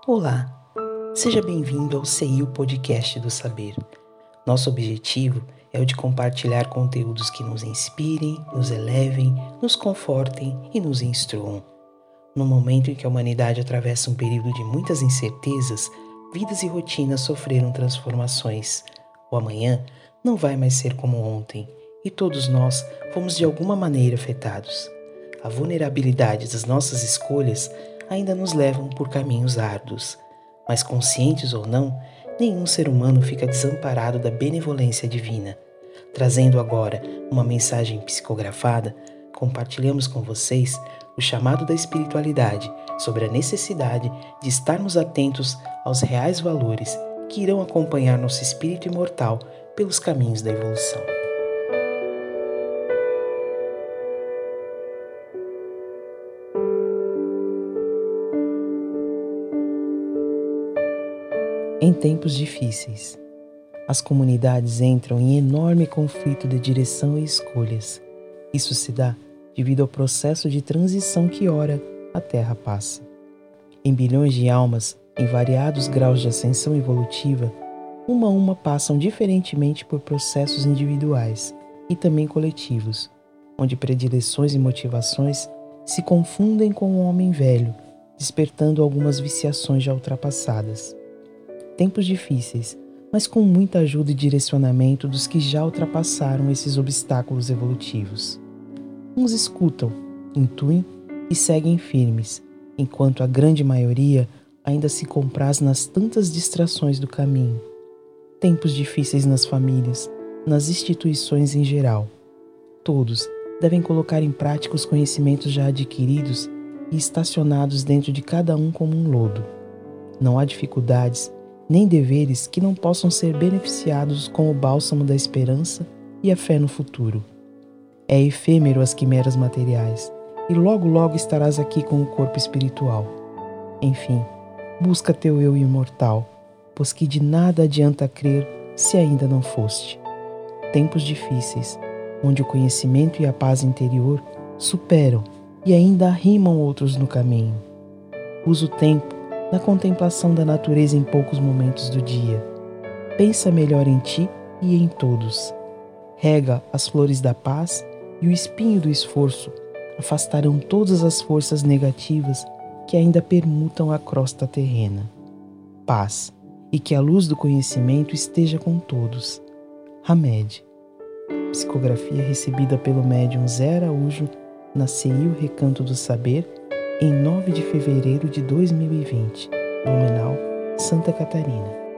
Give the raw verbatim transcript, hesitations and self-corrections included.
Olá, seja bem-vindo ao C I U Podcast do Saber. Nosso objetivo é o de compartilhar conteúdos que nos inspirem, nos elevem, nos confortem e nos instruam. No momento em que a humanidade atravessa um período de muitas incertezas, vidas e rotinas sofreram transformações. O amanhã não vai mais ser como ontem, e todos nós fomos de alguma maneira afetados. A vulnerabilidade das nossas escolhas ainda nos levam por caminhos árduos, mas conscientes ou não, nenhum ser humano fica desamparado da benevolência divina. Trazendo agora uma mensagem psicografada, compartilhamos com vocês o chamado da espiritualidade sobre a necessidade de estarmos atentos aos reais valores que irão acompanhar nosso espírito imortal pelos caminhos da evolução. Em tempos difíceis, as comunidades entram em enorme conflito de direção e escolhas. Isso se dá devido ao processo de transição que ora a Terra passa. Em bilhões de almas, em variados graus de ascensão evolutiva, uma a uma passam diferentemente por processos individuais e também coletivos, onde predileções e motivações se confundem com o homem velho, despertando algumas viciações já ultrapassadas. Tempos difíceis, mas com muita ajuda e direcionamento dos que já ultrapassaram esses obstáculos evolutivos. Uns escutam, intuem e seguem firmes, enquanto a grande maioria ainda se compraz nas tantas distrações do caminho. Tempos difíceis nas famílias, nas instituições em geral. Todos devem colocar em prática os conhecimentos já adquiridos e estacionados dentro de cada um como um lodo. Não há dificuldades nem deveres que não possam ser beneficiados com o bálsamo da esperança e a fé no futuro. É efêmero as quimeras materiais, e logo logo estarás aqui com o corpo espiritual. Enfim, busca teu eu imortal, pois que de nada adianta crer se ainda não foste. Tempos difíceis, onde o conhecimento e a paz interior superam e ainda arrimam outros no caminho. Usa o tempo na contemplação da natureza em poucos momentos do dia. Pensa melhor em ti e em todos. Rega as flores da paz e o espinho do esforço afastarão todas as forças negativas que ainda permutam a crosta terrena. Paz, e que a luz do conhecimento esteja com todos. Hamed. Psicografia recebida pelo médium Zé Araújo na C I U Recanto do Saber, em nove de fevereiro de dois mil e vinte, Blumenau, Santa Catarina.